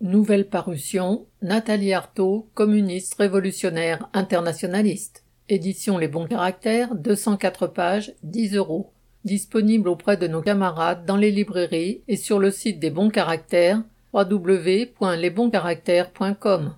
Nouvelle parution, Nathalie Arthaud, communiste révolutionnaire internationaliste. Édition Les Bons Caractères, 204 pages, 10 €. Disponible auprès de nos camarades dans les librairies et sur le site des Bons Caractères, www.lesbonscaractères.com.